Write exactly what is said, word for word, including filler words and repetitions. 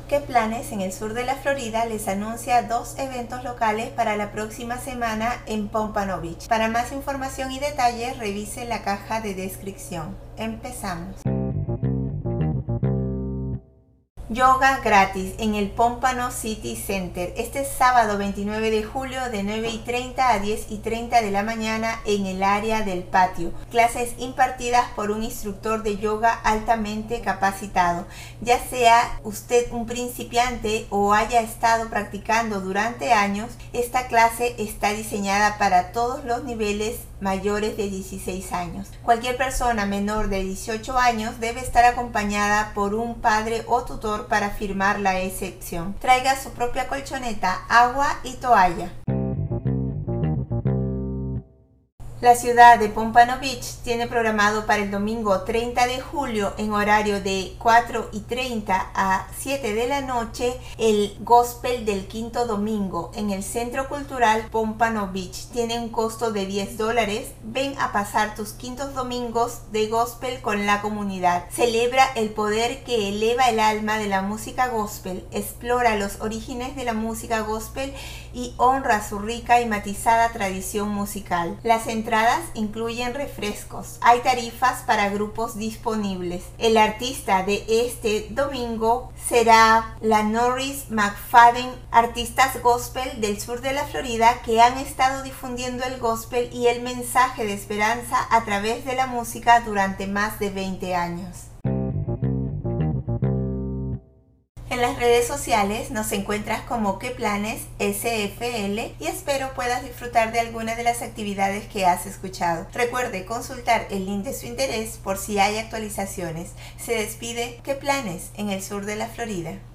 ¿Qué planes en el sur de la Florida les anuncia dos eventos locales para la próxima semana en Pompano Beach? Para más información y detalles, revise la caja de descripción. Empezamos. Yoga gratis en el Pompano City Center este sábado veintinueve de julio de nueve y treinta a diez y treinta de la mañana en el área del patio. Clases impartidas por un instructor de yoga altamente capacitado. Ya sea usted un principiante o haya estado practicando durante años, esta clase está diseñada para todos los niveles mayores de dieciséis años. Cualquier persona menor de dieciocho años debe estar acompañada por un padre o tutor para firmar la excepción. Traiga su propia colchoneta, agua y toalla. La ciudad de Pompano Beach tiene programado para el domingo treinta de julio en horario de cuatro y treinta a siete de la noche el Gospel del Quinto Domingo en el Centro Cultural Pompano Beach. Tiene un costo de diez dólares. Ven a pasar tus quintos domingos de Gospel con la comunidad. Celebra el poder que eleva el alma de la música Gospel. Explora los orígenes de la música Gospel y honra su rica y matizada tradición musical. Las entradas incluyen refrescos. Hay tarifas para grupos disponibles. El artista de este domingo será la Norris McFadden, artistas gospel del sur de la Florida que han estado difundiendo el gospel y el mensaje de esperanza a través de la música durante más de veinte años. En las redes sociales nos encuentras como ¿Qué planes? S F L y espero puedas disfrutar de alguna de las actividades que has escuchado. Recuerde consultar el link de su interés por si hay actualizaciones. Se despide ¿Qué planes? En el sur de la Florida.